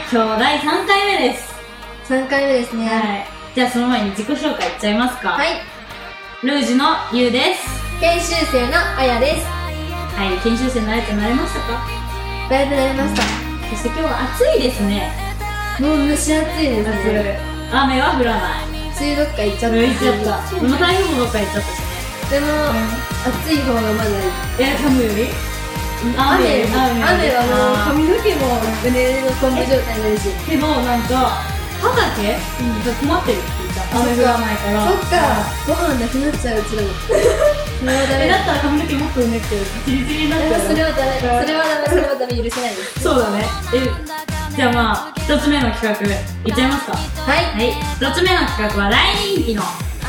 今日第3回目です。 3回目ですね。 はい。じゃあその前に自己紹介いっちゃいますか。 はい。 ルージュのゆうです。 研修生のあやです。 はい、研修生のあやちゃん慣れましたか？ だいぶ慣れました。 そして今日は暑いですね。 もう蒸し暑いですね。 雨は降らない。 梅雨どっか行っちゃった。 行っちゃった。この台風もどっか行っちゃったしね。 でも、暑い方がまだいい。 寒より雨はもう髪の毛もうねの昆布状態になるし。 けどなんか畑が困ってるって言った。雨降らないから。 そっか。ご飯なくなっちゃううちらも。それはダメ。 だったら髪の毛もっとうねってチリチリになっちゃう。 それはダメ。それはダメ。許せないです。 そうだね。じゃあまあ1つ目の企画いっちゃいますか。 はい。 はい。1つ目の企画は大人気の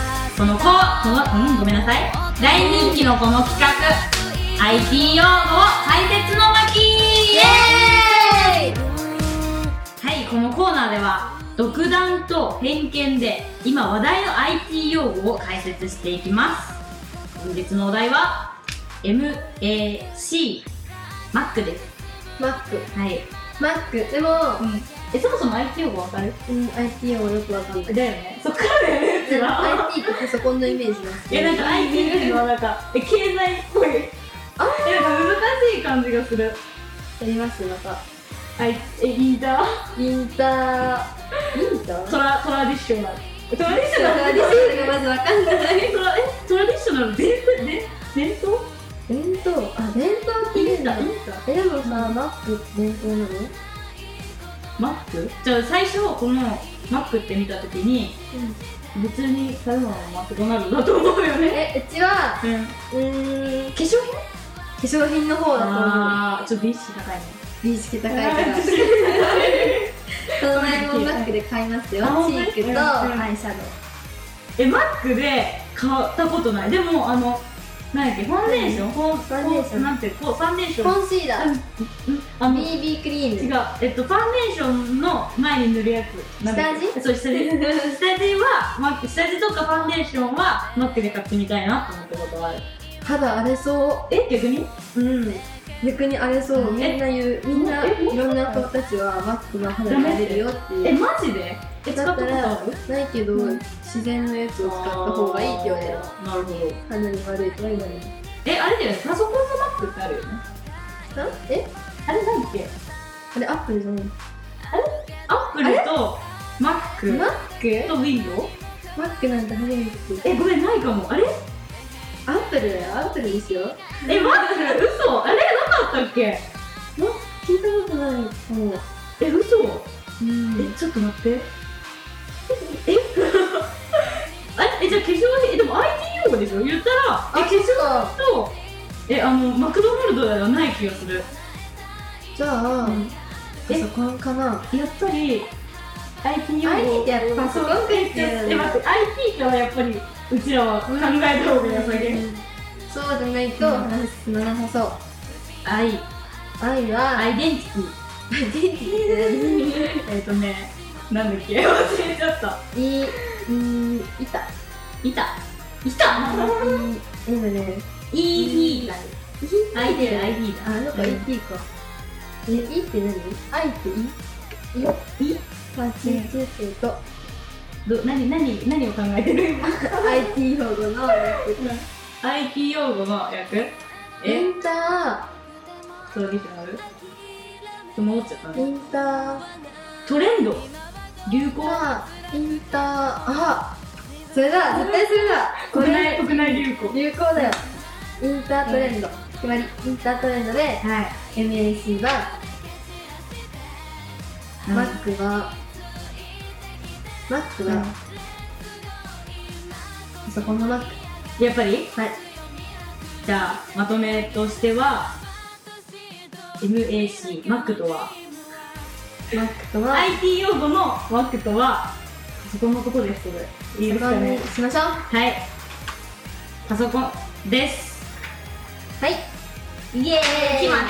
ごめんなさい。大人気のこの企画。IT 用語を解説の巻。イエーイ。はい、このコーナーでは独断と偏見で今話題の IT 用語を解説していきます。本日のお題は MAC Mac です。 Mac。 はい。 Mac でも、 そもそも IT 用語わかる ？IT 用語よくわかんない。 だよね。そっからだよね。 IT ってパソコンのイメージなんなんか IT っていうのはなんか経済っぽい。なんか難しい感じがする。 やりますまた。 インタートラディショナル。トラディショナルがまずわかんない。 トラディショナル伝統って言うんだ。 でもさ、Mac って伝統なの ？Mac？じゃあ最初この Mac って見たときに別に食べ物のマクドナルドだと思うよね。 うちは化粧品の方だと思う。 ちょっと美意識高いね。 美意識高いからその前も Mac で買いますよ。チークとアイシャドウ。 Mac で買ったことない。でも何やっけ、ファンデーションファンデーションコンシーラーBB クリーム。 違う、ファンデーションの前に塗るやつ。 下地？ そう、下地とかファンデーションは Mac で買ってみたいなと思ったことがある。 肌荒れそう。 逆に？ 逆に荒れそう。みんないろんな子たちは Mac の肌に荒れるよっていう。 マジで？使ったことある？ ないけど、自然のやつを使った方がいいって言われる。 なるほど。 肌に悪いとは言われる。 あれだよね、パソコンの Mac ってあるよね。あれなんだっけ？ あれアップルじゃない？ アップルと Mac と Windows？Mac なんて初めて聞いた。 ごめん、ないかも。あれ？ アップルだよ、アップルですよ。 Mac？嘘？あれなかったっけ？ 聞いたことないかも。 嘘？ちょっと待って。じゃあ化粧品、でも IT 用語でしょ？言ったら化粧品とマクドナルドではない気がする。 じゃあパソコンかな。 やっぱり IT 用語。 IT ってやっぱパソコンって言ってる。 待って、 IT からやっぱりうちらは考えた方がやさげ。 そうじゃないと話進まなさそう。愛はアイデンティティ。なんだっけ、忘れちゃった。板。ED だ。ID だ。 なんか ET か。E って何？愛って E？ 何を考えてる今？ IT 用語の役。 IT 用語の役？ インタートラディショナル？戻っちゃったね。 インタートレンド？流行？ インター、それだ、絶対それだ。 国内流行。 流行だよ。インタートレンド。決まり。インタートレンドで MAC はMac はパソコンの Mac。 やっぱり？ はい。 じゃあまとめとしては MAC Mac とは IT 用語の Mac とはパソコンのことです。いいですかね？ しましょう。 はい、パソコンです。 はい、 イエーイ、決まった。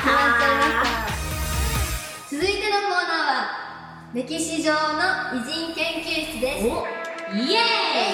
続いてのコーナーは歴史上の偉人研究室です。 イエーイ。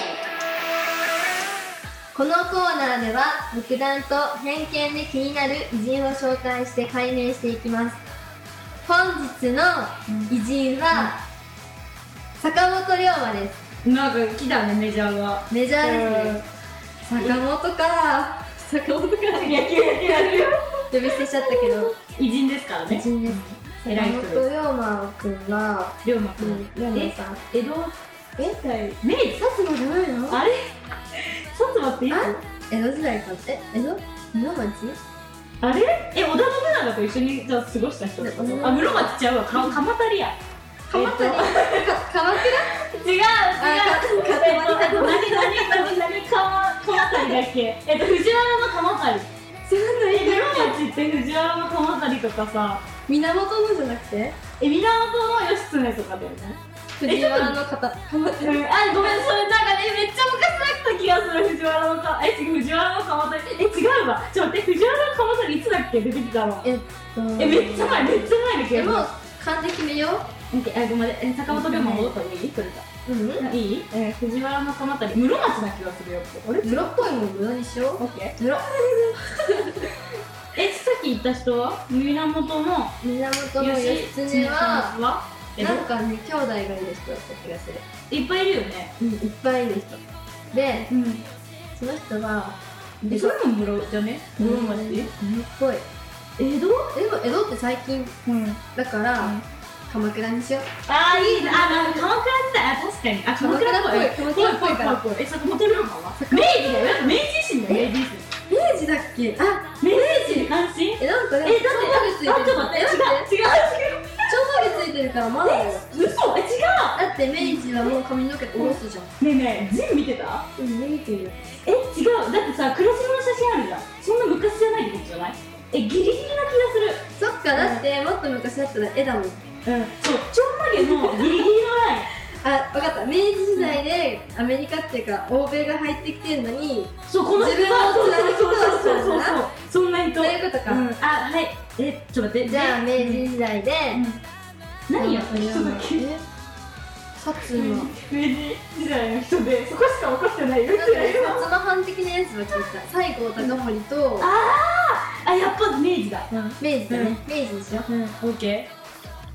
このコーナーでは独断と偏見で気になる偉人を紹介して解明していきます。 本日の偉人は坂本龍馬です。 なんか来たね、メジャーが。 メジャーですね。坂本か。野球呼び捨てしちゃったけど偉人ですからね。 偉人です。 偉い人です。 坂本龍馬くんは龍馬くん、 龍馬さん、 江戸明治薩摩じゃないの？ あれ薩摩っていつ？ 江戸時代か。江戸？室町？ あれ織田信長と一緒にじゃあ過ごした人。あ、室町ちゃうわ。鎌足や。 鎌倉？ 違う。何鎌足だっけ？藤原の鎌足。 知らない。 室町って藤原の鎌足とかさ。 源のじゃなくて？ 源義経とかだよね。 藤原の鎌足。 あ、ごめん、それなんかね、めっちゃ昔だった気がする。藤原の鎌足。藤原の鎌足。違うわ。ちょっと待って、藤原の鎌足いつだっけ出てきたの？めっちゃ前だけど。 もう漢字決めよう。 ごめん、坂本龍馬戻った方がいい？それじゃいい？藤原の鎌足、室町な気がするよ。 あれ？室っぽいもん室にしよう。 オッケー。室。さっき言った人は源義経はなんかね、兄弟がいる人だった気がする。 いっぱいいるよね。 いっぱいいる人で、その人はそれも室じゃね？室町？ 室っぽい。江戸？でも江戸って最近だから鎌倉にしよう。 あー、いいね。鎌倉時代。確かに。鎌倉っぽいから。坂本龍馬は明治だよ。明治維新だよ。 明治だっけ？ 明治って関心？ なんかね、 ちょっと待って、違う。 ちょんまげついてるからまだだよ。 嘘？違う。 だって明治はもう髪の毛下ろすじゃん。 ねえ、字見てた？ 見てる。 違う。だってさ、黒島の写真あるじゃん。そんな昔じゃないってことじゃない？ギリギリな気がする。そっか、だってもっと昔だったら絵だもん。そう、 ちょんまげのギリギリのライン。 分かった。明治時代でアメリカっていうか欧米が入ってきてるのに、 そう、この自分を貫き通したんだな。 そんな人。 そういうことか。 はい。ちょっと待って。 じゃあ明治時代で何やった人だっけ？ 薩摩。 明治時代の人で、そこしか分かってないよ。 薩摩藩的なやつは聞いた。西郷隆盛と。 やっぱ明治だ。 明治だね。明治でしょ。 オッケー。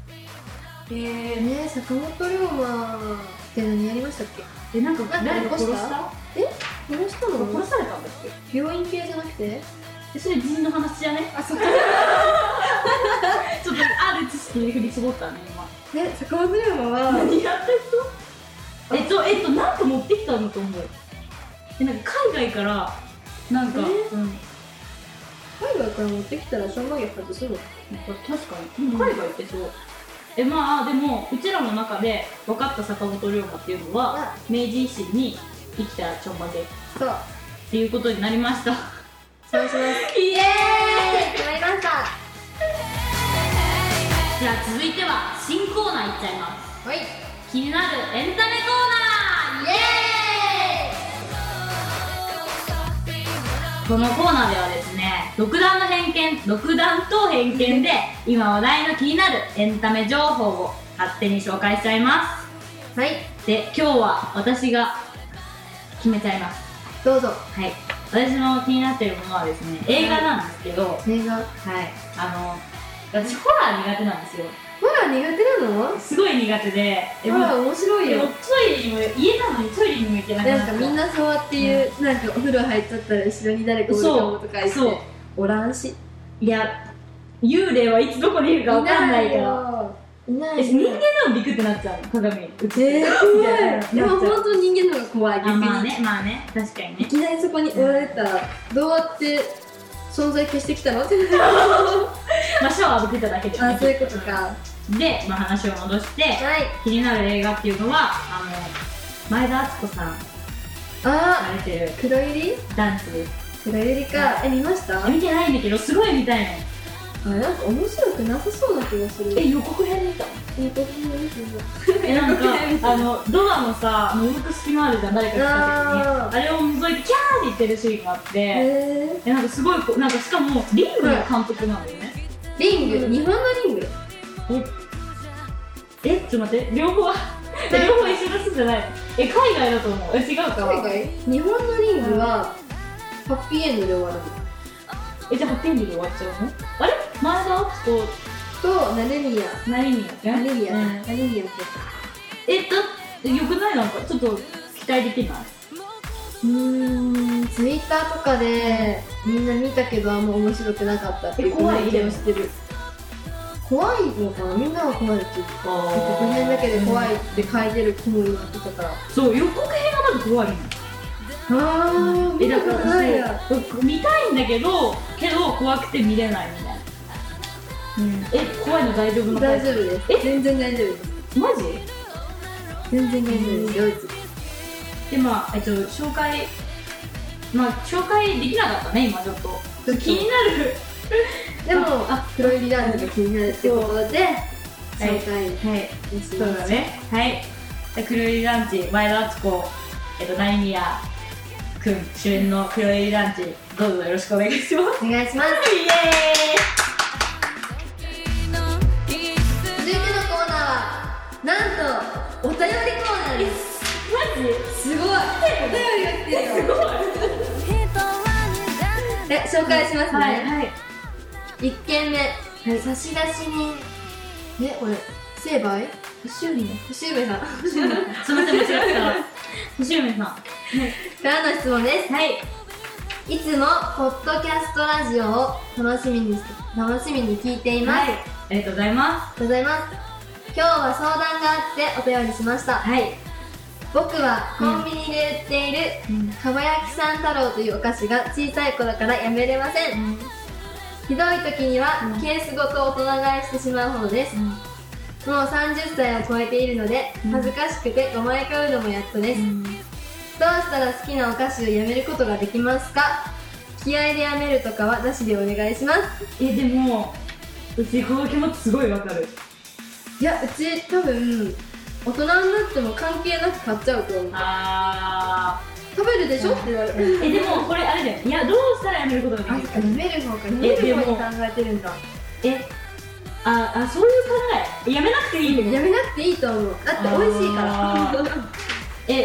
坂本龍馬って何やりましたっけ？ なんか誰か殺した？ 殺したの？ 殺されたんだっけ？ 病院系じゃなくて？ それ人の話じゃね？そっか。ちょっとある知識に振り絞ったね今。 坂本龍馬は何やった人？なんか持ってきたんだと思う。なんか海外からなんか海外から持ってきたらちょんまげ外すの？ 確かに海外ってそう。でもうちらの中で分かった坂本龍馬っていうのは明治維新に生きたちょんまげっていうことになりました。 そうします。イエーイ！決まりました。 じゃあ続いては新コーナーいっちゃいます。 はい。 気になるエンタメコーナー。イエーイ！このコーナーではですね、独断と偏見で今話題の気になるエンタメ情報を勝手に紹介しちゃいます。はい。で、今日は私が決めちゃいます。 どうぞ。 はい。私の気になっているものはですね、映画なんですけど、 映画。はい。 私ホラー苦手なんですよ。 ホラー苦手なの？ すごい苦手で。 ホラー面白いよ。 トイレにも、家なのにトイレにも行けなくなっちゃう。 なんかみんなそうやっていう、なんかお風呂入っちゃったら後ろに誰かおるかもとか言って、おらんし。いや、 幽霊はいつどこにいるかわかんないから。 いない。 人間のビクってなっちゃうの、鏡に。 怖い。でも本当に人間の方が怖い。逆に。 まあね、確かにね。 いきなりそこにおられたら、どうやって存在消してきたのって。 まあシャワー浴びてただけで。 そういうことか。 で、話を戻して、気になる映画っていうのは前田敦子さんが出てる黒百合ダンスです。黒百合か。見ました？ 見てないんだけど、すごい見たいの。 なんか面白くなさそうな気がする。 予告編見た？ 予告編見てなんかドアのさ、覗く隙間あるじゃん、誰か来た時にあれを覗いてキャーって言ってるシーンがあって、なんかすごいなんかしかもリングの監督なんだよね。 リング？日本のリング？ ちょっと待って、両方一緒の人じゃないの？海外だと思う。違うか？ 海外？日本のリングはハッピーエンドで終わるの。 じゃあハッピーエンドで終わっちゃうの？あれ？前田敦子とナルミア何にナルミアうんナルミアってよくない？なんかちょっと期待できない？ ツイッターとかでみんな見たけどあんま面白くなかったっていう怖い意見をしてる。怖いのかな、みんなは怖いって言ってた。予告編だけで怖いって書いてる子もいてたから。 そう、予告編がまず怖いの。 見たことないや。 そう見たいんだけど怖くて見れないみたいな。怖いの大丈夫なの？ 大丈夫です。全然大丈夫です。 マジ？ 全然大丈夫です。ドイツ。 で紹介できなかったね今ちょっと気になる。 でも黒いリランジが気になるってことで紹介しそうだね。はい。黒いランチ前田敦子ナイミヤくん主演の黒いランチどうぞよろしくお願いします。 お願いします。 イエ続いてのコーナーはなんとお便りコーナーです。 マジ？ すごい。お便りが来てるよ。 すごい。 紹介しますね。 はい。 1件目、差出人これ成敗星梅さんすみません間違ってた。星梅さんからの質問です。はい。いつもポッドキャストラジオを楽しみに聞いています。 はい。ありがとうございます。 今日は相談があってお便りしました。はい。僕はコンビニで売っているかば焼きさん太郎というお菓子が小さい頃からやめれません。ひどい時にはケースごと大人買いしてしまうほどです。もう30歳を超えているので恥ずかしくて5枚買うのもやっとです。どうしたら好きなお菓子をやめることができますか？気合でやめるとかはなしでお願いします。 でもうちこの気持ちすごいわかる。 いや、うち多分大人になっても関係なく買っちゃうと思う。食べるでしょって言われる。 でもこれあれだよ。いや、どうしたらやめることができるか。 やめる方か。やめる方に考えてるんだ。 そういう考え。やめなくていい。 やめなくていいと思う。だって美味しいから。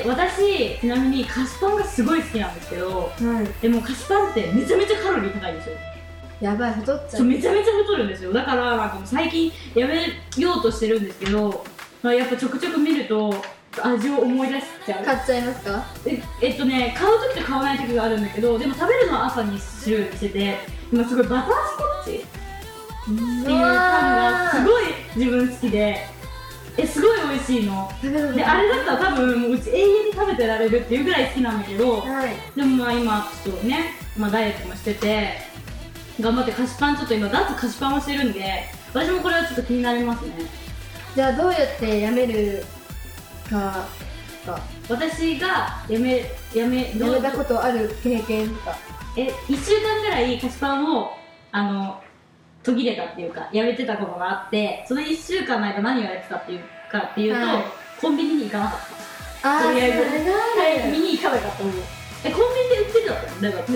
私ちなみに菓子パンがすごい好きなんですけど、でも菓子パンってめちゃめちゃカロリー高いんですよ。 やばい、太っちゃう。 めちゃめちゃ太るんですよ。だからなんかもう最近やめようとしてるんですけど、やっぱちょくちょく見ると味を思い出しちゃう。 買っちゃいますか？ 買う時と買わない時があるんだけど、でも食べるのは朝にするようにしてて、今すごいバタースコッチっていうパンがすごい自分好きで、すごい美味しいので、あれだったら多分もううち永遠に食べてられるっていうぐらい好きなんだけど、でも今ちょっとね、ダイエットもしてて頑張って菓子パン、ちょっと今脱菓子パンをしてるんで、私もこれはちょっと気になりますね。 じゃあどうやってやめるか。 私がやめたことある経験とか。 1週間ぐらい菓子パンを途切れたっていうかやめてたことがあって、その1週間の間何をやってたっていうと、コンビニに行かなかった。とりあえず見に行かなかった。コンビニで売ってるだったよだから、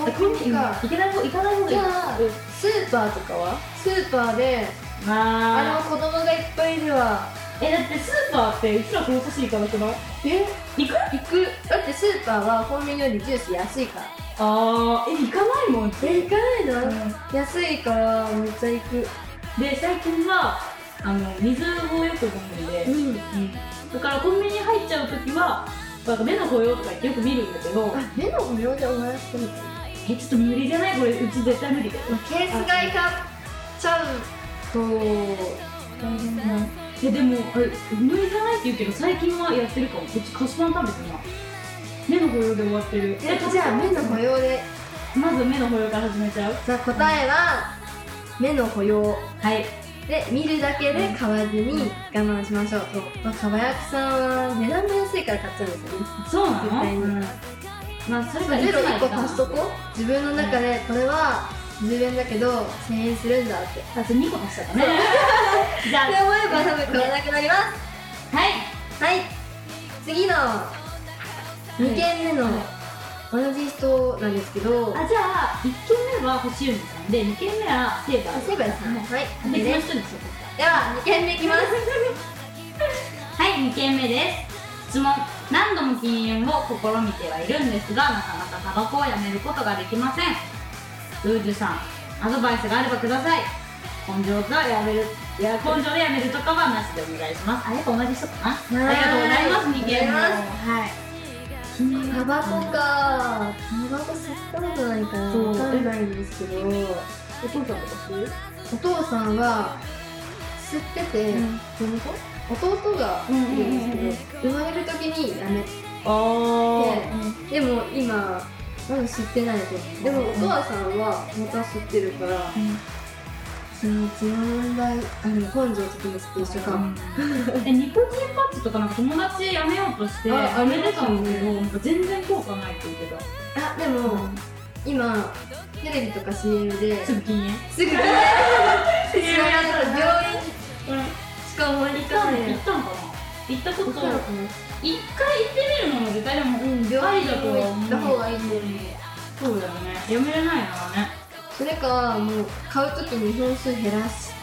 コンビニか行かない方がいい。 じゃあスーパーとかは？スーパーで子供がいっぱいいるわ。 だってスーパーってうちらこの年いかなくない？行く？ だってスーパーはコンビニよりジュース安いから。 行かないもん。 行かないの？安いからめっちゃ行く。 で最近は水をよく飲むんで、だからコンビニに入っちゃうときは目の保養とか言ってよく見るんだけど、 目の保養でお前してみたい。 ちょっと無理じゃない？これうち絶対無理だよ。 ケース買い買っちゃうと大変だな。 でも無理じゃないって言うけど最近はやってるかも。うち菓子パン食べてな目の保養で終わってる。 じゃあ目の保養でまず目の保養から始めちゃう。 じゃあ答えは目の保養で見るだけで買わずに我慢しましょう。かば焼きさんは値段も安いから買っちゃうんですよね。 そうなの？ 絶対にそれからゼロ1個足しとこう。自分の中でこれは10円だけど1000円するんだって。 あと2個足したかね。 じゃあって思えば多分買わなくなります。次の2軒目の同じ人なんですけど、 じゃあ1軒目は星海さんで2軒目はセーバーさん。 別の人ですよ。 では2軒目いきます。 2軒目です。質問。何度も禁煙を試みてはいるんですが、なかなかタバコをやめることができません。ウージュさん、アドバイスがあればください。 根性がやめる、いや根性でやめるとかはなしでお願いします。あ、やっぱ同じ人かな。ありがとうございます。2件も。はい。 タバコか。タバコ吸ったことないからわかんないんですけど、 お父さんとか吸う？ お父さんは吸ってて、弟がいるんですけど、生まれる時にやめて、でも今まだ吸ってないと。でもお父さんはまた吸ってるから、その自分が根性的に吸って一緒か。 ニコチンパッチとかなんか友達やめようとしてやめてたんだけど、なんか全然効果ないって言ってた。 あ、でも今テレビとか CM ですぐ禁煙。 すぐ病院しか思いに行かない。 行ったんかな。行ったこと一回行ってみるのも絶対でも病院だと行った方がいいんだよね。 そうだよね。やめれないならね。 それかもう買うときに本数減らして、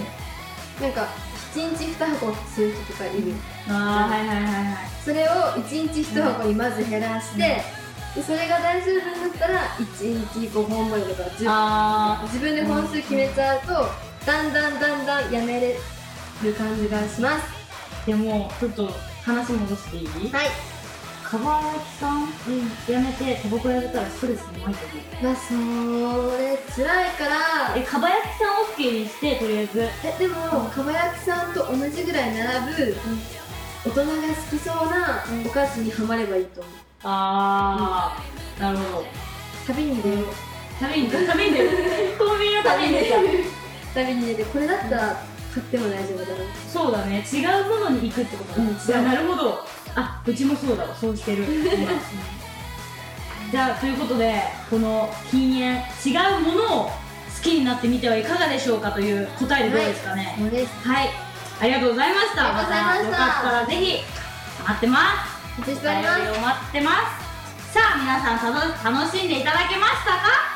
なんか1日2箱する人とかいる。それを1日1箱にまず減らして、でそれが大丈夫だったら1日5本までとか10本、自分で本数決めちゃうとだんだんやめれる感じがします。 でもちょっと話戻していい？ はい。 かばやきさんやめてタバコやめたらストレスないと思う。 まあそれ辛いから。 かばやきさん OK にしてとりあえず。 でもかばやきさんと同じぐらい並ぶ大人が好きそうなお菓子にはまればいいと思う。 なるほど。 旅に出よう。 旅に出る。コンビニの旅に出た。 旅に出てこれだったら買っても大丈夫だろう。 そうだね。違うものに行くってことだね。なるほど。あ、うちもそうだわ。そうしてる。じゃあということでこの禁煙、違うものを好きになってみてはいかがでしょうかという答えでどうですかね。はい。ありがとうございました。 ありがとうございました。 よかったらぜひ待ってます。 お待ちしております。 待ってます。さあ皆さん楽しんでいただけましたか？